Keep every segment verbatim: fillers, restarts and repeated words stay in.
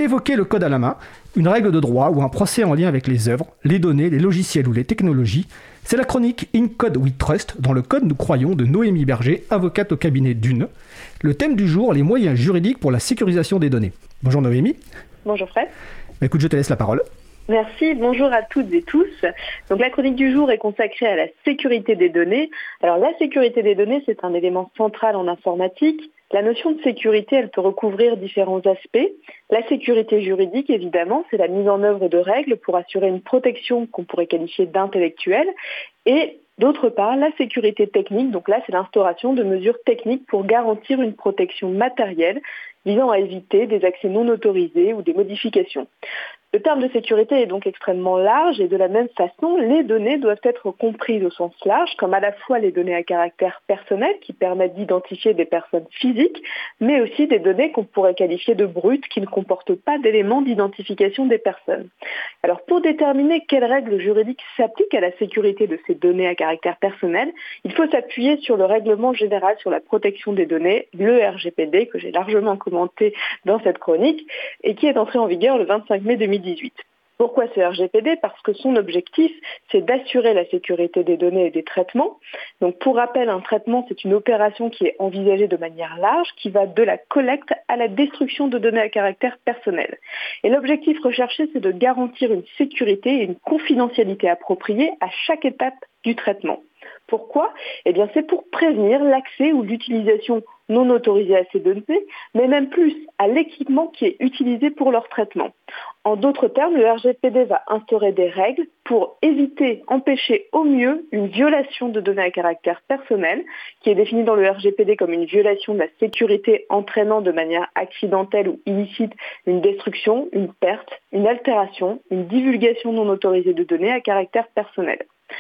évoquer le code à la main, une règle de droit ou un procès en lien avec les œuvres, les données, les logiciels ou les technologies. C'est la chronique In Code We Trust, dans le code nous croyons, de Noémie Berger, avocate au cabinet Dune. Le thème du jour, les moyens juridiques pour la sécurisation des données. Bonjour Noémie. Bonjour Fred. Bah, écoute, je te laisse la parole. Merci, bonjour à toutes et tous. Donc la chronique du jour est consacrée à la sécurité des données. Alors la sécurité des données, c'est un élément central en informatique. La notion de sécurité, elle peut recouvrir différents aspects. La sécurité juridique, évidemment, c'est la mise en œuvre de règles pour assurer une protection qu'on pourrait qualifier d'intellectuelle. Et d'autre part, la sécurité technique, donc là, c'est l'instauration de mesures techniques pour garantir une protection matérielle visant à éviter des accès non autorisés ou des modifications. Le terme de sécurité est donc extrêmement large et de la même façon, les données doivent être comprises au sens large, comme à la fois les données à caractère personnel qui permettent d'identifier des personnes physiques, mais aussi des données qu'on pourrait qualifier de brutes qui ne comportent pas d'éléments d'identification des personnes. Alors pour déterminer quelles règles juridiques s'appliquent à la sécurité de ces données à caractère personnel, il faut s'appuyer sur le règlement général sur la protection des données, le R G P D, que j'ai largement commenté dans cette chronique, et qui est entré en vigueur le vingt-cinq mai deux mille dix-huit. Pourquoi ce R G P D ? Parce que son objectif, c'est d'assurer la sécurité des données et des traitements. Donc, pour rappel, un traitement, c'est une opération qui est envisagée de manière large, qui va de la collecte à la destruction de données à caractère personnel. Et l'objectif recherché, c'est de garantir une sécurité et une confidentialité appropriée à chaque étape du traitement. Pourquoi ? Eh bien, c'est pour prévenir l'accès ou l'utilisation non autorisée à ces données, mais même plus à l'équipement qui est utilisé pour leur traitement. En d'autres termes, le R G P D va instaurer des règles pour éviter, empêcher au mieux une violation de données à caractère personnel, qui est définie dans le R G P D comme une violation de la sécurité entraînant de manière accidentelle ou illicite une destruction, une perte, une altération, une divulgation non autorisée de données à caractère personnel.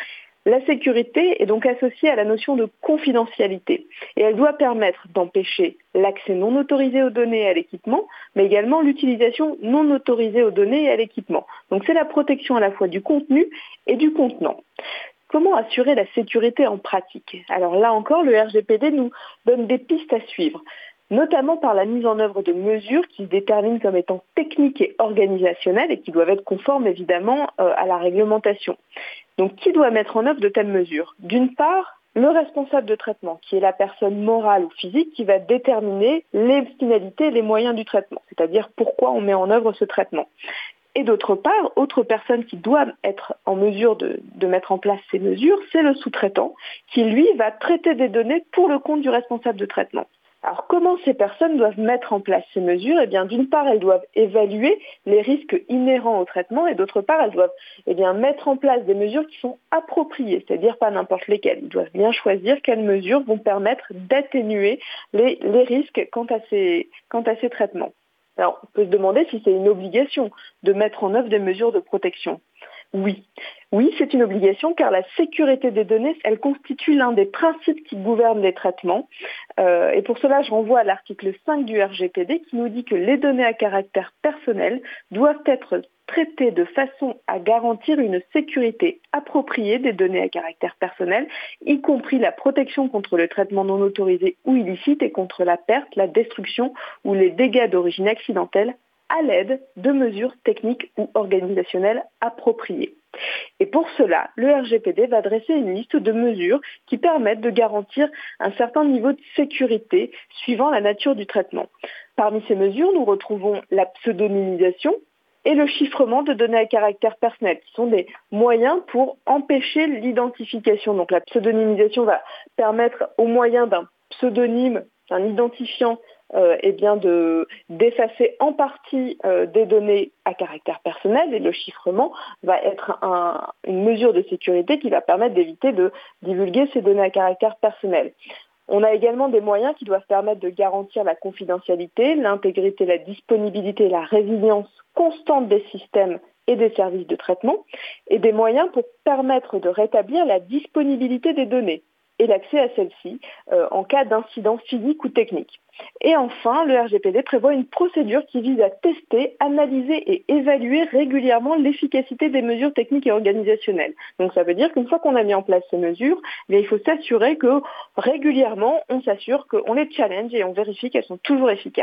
La sécurité est donc associée à la notion de confidentialité et elle doit permettre d'empêcher l'accès non autorisé aux données et à l'équipement, mais également l'utilisation non autorisée aux données et à l'équipement. Donc c'est la protection à la fois du contenu et du contenant. Comment assurer la sécurité en pratique ? Alors là encore, le R G P D nous donne des pistes à suivre, notamment par la mise en œuvre de mesures qui se déterminent comme étant techniques et organisationnelles et qui doivent être conformes évidemment euh, à la réglementation. Donc, qui doit mettre en œuvre de telles mesures ? D'une part, le responsable de traitement, qui est la personne morale ou physique qui va déterminer les finalités et les moyens du traitement, c'est-à-dire pourquoi on met en œuvre ce traitement. Et d'autre part, autre personne qui doit être en mesure de, de mettre en place ces mesures, c'est le sous-traitant, qui lui va traiter des données pour le compte du responsable de traitement. Alors, comment ces personnes doivent mettre en place ces mesures ? Eh bien, d'une part, elles doivent évaluer les risques inhérents au traitement et d'autre part, elles doivent eh bien, mettre en place des mesures qui sont appropriées, c'est-à-dire pas n'importe lesquelles. Ils doivent bien choisir quelles mesures vont permettre d'atténuer les, les risques quant à ces, quant à ces traitements. Alors, on peut se demander si c'est une obligation de mettre en œuvre des mesures de protection. Oui. Oui, c'est une obligation car la sécurité des données, elle constitue l'un des principes qui gouvernent les traitements. Euh, et pour cela, je renvoie à l'article cinq du R G P D qui nous dit que les données à caractère personnel doivent être traitées de façon à garantir une sécurité appropriée des données à caractère personnel, y compris la protection contre le traitement non autorisé ou illicite et contre la perte, la destruction ou les dégâts d'origine accidentelle à l'aide de mesures techniques ou organisationnelles appropriées. Et pour cela, le R G P D va dresser une liste de mesures qui permettent de garantir un certain niveau de sécurité suivant la nature du traitement. Parmi ces mesures, nous retrouvons la pseudonymisation et le chiffrement de données à caractère personnel, qui sont des moyens pour empêcher l'identification. Donc la pseudonymisation va permettre au moyen d'un pseudonyme, un identifiant, Euh, eh bien de, d'effacer en partie euh, des données à caractère personnel et le chiffrement va être un, une mesure de sécurité qui va permettre d'éviter de divulguer ces données à caractère personnel. On a également des moyens qui doivent permettre de garantir la confidentialité, l'intégrité, la disponibilité, la résilience constante des systèmes et des services de traitement et des moyens pour permettre de rétablir la disponibilité des données et l'accès à celle-ci euh, en cas d'incident physique ou technique. Et enfin, le R G P D prévoit une procédure qui vise à tester, analyser et évaluer régulièrement l'efficacité des mesures techniques et organisationnelles. Donc ça veut dire qu'une fois qu'on a mis en place ces mesures, eh bien, il faut s'assurer que régulièrement, on s'assure qu'on les challenge et on vérifie qu'elles sont toujours efficaces.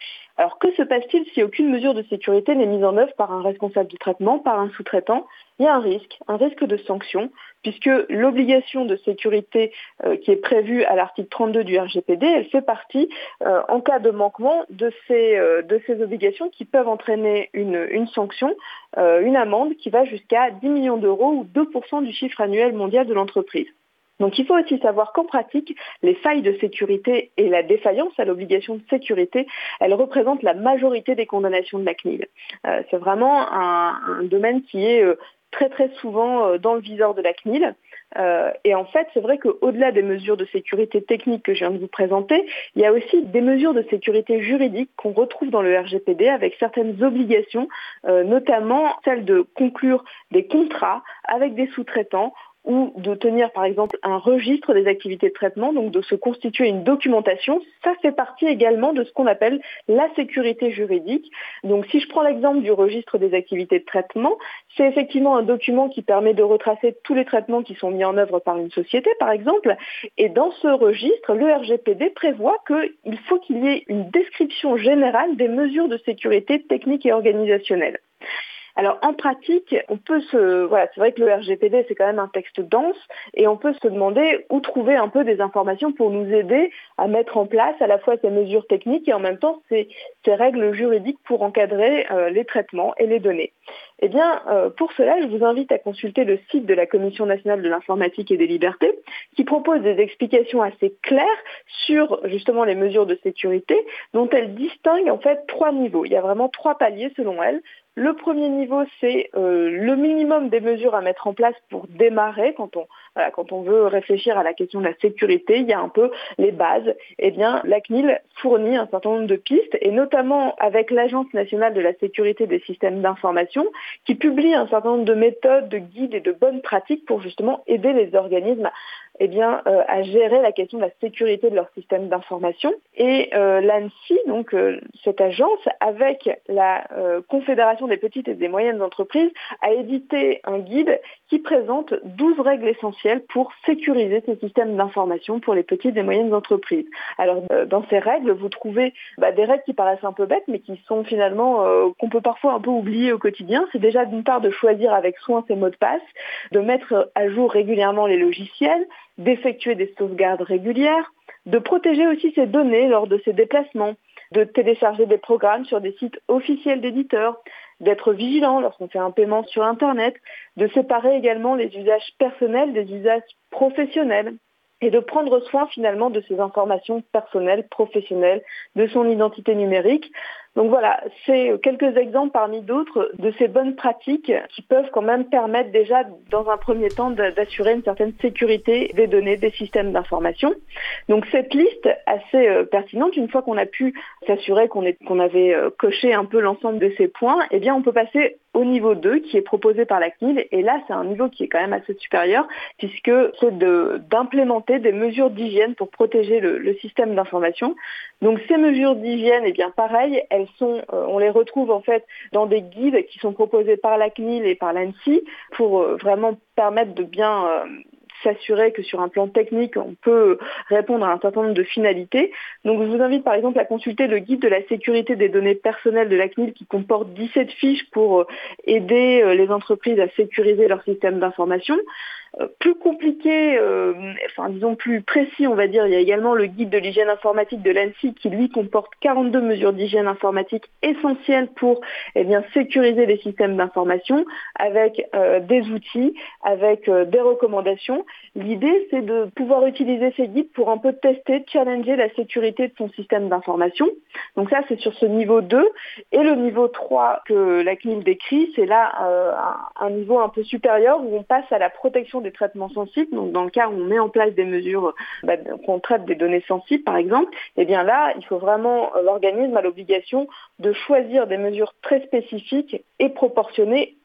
Alors que se passe-t-il si aucune mesure de sécurité n'est mise en œuvre par un responsable de traitement, par un sous-traitant ? Il y a un risque, un risque de sanction, puisque l'obligation de sécurité euh, qui est prévue à l'article trente-deux du R G P D, elle fait partie, euh, en cas de manquement, de ces, euh, de ces obligations qui peuvent entraîner une, une sanction, euh, une amende qui va jusqu'à dix millions d'euros ou deux pour cent du chiffre annuel mondial de l'entreprise. Donc il faut aussi savoir qu'en pratique, les failles de sécurité et la défaillance à l'obligation de sécurité, elles représentent la majorité des condamnations de la C N I L. Euh, c'est vraiment un, un domaine qui est euh, très très souvent euh, dans le viseur de la C N I L. Euh, et en fait, c'est vrai qu'au-delà des mesures de sécurité technique que je viens de vous présenter, il y a aussi des mesures de sécurité juridique qu'on retrouve dans le R G P D avec certaines obligations, euh, notamment celle de conclure des contrats avec des sous-traitants ou de tenir par exemple un registre des activités de traitement, donc de se constituer une documentation. Ça fait partie également de ce qu'on appelle la sécurité juridique. Donc si je prends l'exemple du registre des activités de traitement, c'est effectivement un document qui permet de retracer tous les traitements qui sont mis en œuvre par une société par exemple. Et dans ce registre, le R G P D prévoit qu'il faut qu'il y ait une description générale des mesures de sécurité techniques et organisationnelles. Alors en pratique, on peut se, voilà, c'est vrai que le R G P D c'est quand même un texte dense et on peut se demander où trouver un peu des informations pour nous aider à mettre en place à la fois ces mesures techniques et en même temps ces, ces règles juridiques pour encadrer euh, les traitements et les données. Eh bien, euh, pour cela, je vous invite à consulter le site de la Commission nationale de l'informatique et des libertés qui propose des explications assez claires sur justement les mesures de sécurité dont elle distingue en fait trois niveaux. Il y a vraiment trois paliers selon elle. Le premier niveau, c'est euh, le minimum des mesures à mettre en place pour démarrer quand on, voilà, quand on veut réfléchir à la question de la sécurité. Il y a un peu les bases. Eh bien, la C N I L fournit un certain nombre de pistes, et notamment avec l'Agence nationale de la sécurité des systèmes d'information, qui publie un certain nombre de méthodes, de guides et de bonnes pratiques pour justement aider les organismes eh bien, euh, à gérer la question de la sécurité de leur système d'information. Et euh, l'ANSSI, donc euh, cette agence, avec la euh, Confédération des petites et des moyennes entreprises, a édité un guide qui présente douze règles essentielles pour sécuriser ces systèmes d'information pour les petites et moyennes entreprises. Alors, euh, dans ces règles, vous trouvez bah, des règles qui paraissent un peu bêtes, mais qui sont finalement, euh, qu'on peut parfois un peu oublier au quotidien. C'est déjà d'une part de choisir avec soin ses mots de passe, de mettre à jour régulièrement les logiciels, d'effectuer des sauvegardes régulières, de protéger aussi ses données lors de ses déplacements, de télécharger des programmes sur des sites officiels d'éditeurs, d'être vigilant lorsqu'on fait un paiement sur Internet, de séparer également les usages personnels des usages professionnels et de prendre soin finalement de ses informations personnelles, professionnelles, de son identité numérique. Donc voilà, c'est quelques exemples parmi d'autres de ces bonnes pratiques qui peuvent quand même permettre déjà dans un premier temps d'assurer une certaine sécurité des données, des systèmes d'information. Donc cette liste assez euh, pertinente, une fois qu'on a pu s'assurer qu'on est, qu'on avait euh, coché un peu l'ensemble de ces points, eh bien on peut passer au niveau deux qui est proposé par la C N I L, et là c'est un niveau qui est quand même assez supérieur puisque c'est de, d'implémenter des mesures d'hygiène pour protéger le, le système d'information. Donc ces mesures d'hygiène, eh bien pareil, elles sont, euh, on les retrouve en fait dans des guides qui sont proposés par la C N I L et par l'ANSSI pour euh, vraiment permettre de bien euh, s'assurer que sur un plan technique, on peut répondre à un certain nombre de finalités. Donc je vous invite par exemple à consulter le guide de la sécurité des données personnelles de la C N I L qui comporte dix-sept fiches pour aider les entreprises à sécuriser leur système d'information. Plus compliqué, euh, enfin disons plus précis, on va dire, il y a également le guide de l'hygiène informatique de l'ANSSI qui lui comporte quarante-deux mesures d'hygiène informatique essentielles pour eh bien, sécuriser les systèmes d'information avec euh, des outils, avec euh, des recommandations. L'idée, c'est de pouvoir utiliser ces guides pour un peu tester, challenger la sécurité de son système d'information. Donc ça, c'est sur ce niveau deux. Et le niveau trois que la C N I L décrit, c'est là euh, un, un niveau un peu supérieur où on passe à la protection des traitements sensibles. Donc dans le cas où on met en place des mesures, bah, qu'on traite des données sensibles par exemple, eh bien là, il faut vraiment, l'organisme a l'obligation de choisir des mesures très spécifiques et proportionnées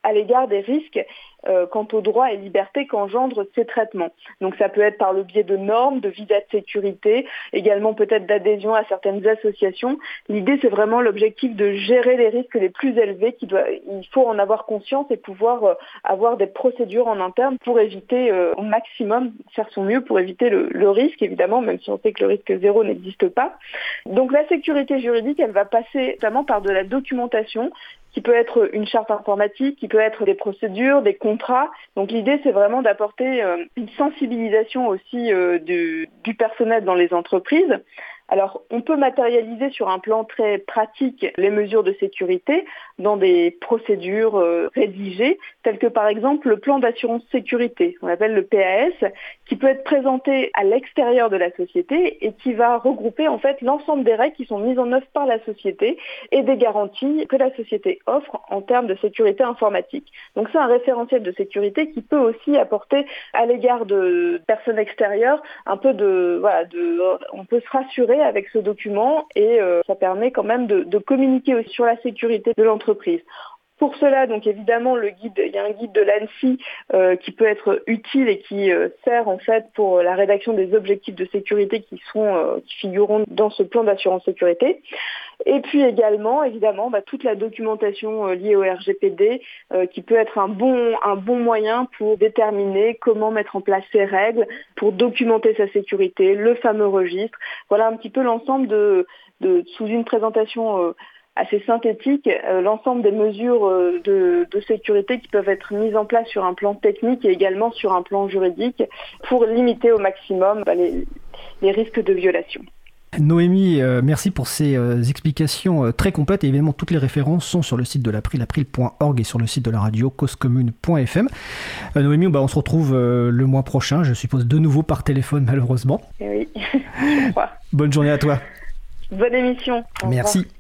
à l'égard des risques euh, quant aux droits et libertés qu'engendrent ces traitements. Donc ça peut être par le biais de normes, de visas de sécurité, également peut-être d'adhésion à certaines associations. L'idée, c'est vraiment l'objectif de gérer les risques les plus élevés. Qui doit, il faut en avoir conscience et pouvoir euh, avoir des procédures en interne pour éviter euh, au maximum, faire son mieux pour éviter le, le risque, évidemment, même si on sait que le risque zéro n'existe pas. Donc la sécurité juridique, elle va passer notamment par de la documentation, qui peut être une charte informatique, qui peut être des procédures, des contrats. Donc l'idée, c'est vraiment d'apporter euh, une sensibilisation aussi euh, du, du personnel dans les entreprises. Alors, on peut matérialiser sur un plan très pratique les mesures de sécurité dans des procédures euh, rédigées, telles que par exemple le plan d'assurance sécurité, on appelle le P A S, qui peut être présenté à l'extérieur de la société et qui va regrouper en fait l'ensemble des règles qui sont mises en œuvre par la société et des garanties que la société offre en termes de sécurité informatique. Donc c'est un référentiel de sécurité qui peut aussi apporter à l'égard de personnes extérieures un peu de, voilà, de, on peut se rassurer avec ce document et euh, ça permet quand même de, de communiquer aussi sur la sécurité de l'entreprise. Pour cela, donc évidemment, le guide, il y a un guide de l'ANSSI euh, qui peut être utile et qui euh, sert en fait pour la rédaction des objectifs de sécurité qui sont euh, qui figureront dans ce plan d'assurance sécurité. Et puis également, évidemment, bah, toute la documentation euh, liée au R G P D euh, qui peut être un bon un bon moyen pour déterminer comment mettre en place ces règles, pour documenter sa sécurité, le fameux registre. Voilà un petit peu l'ensemble de, de sous une présentation euh, assez synthétique, euh, l'ensemble des mesures euh, de, de sécurité qui peuvent être mises en place sur un plan technique et également sur un plan juridique pour limiter au maximum bah, les, les risques de violation. Noémie, euh, merci pour ces euh, explications euh, très complètes et évidemment toutes les références sont sur le site de l'April, april point org et sur le site de la radio cause commune point f m. Euh, Noémie, bah, on se retrouve euh, le mois prochain, je suppose de nouveau par téléphone malheureusement. Et oui, je crois. Bonne journée à toi. Bonne émission. Au merci. revoir.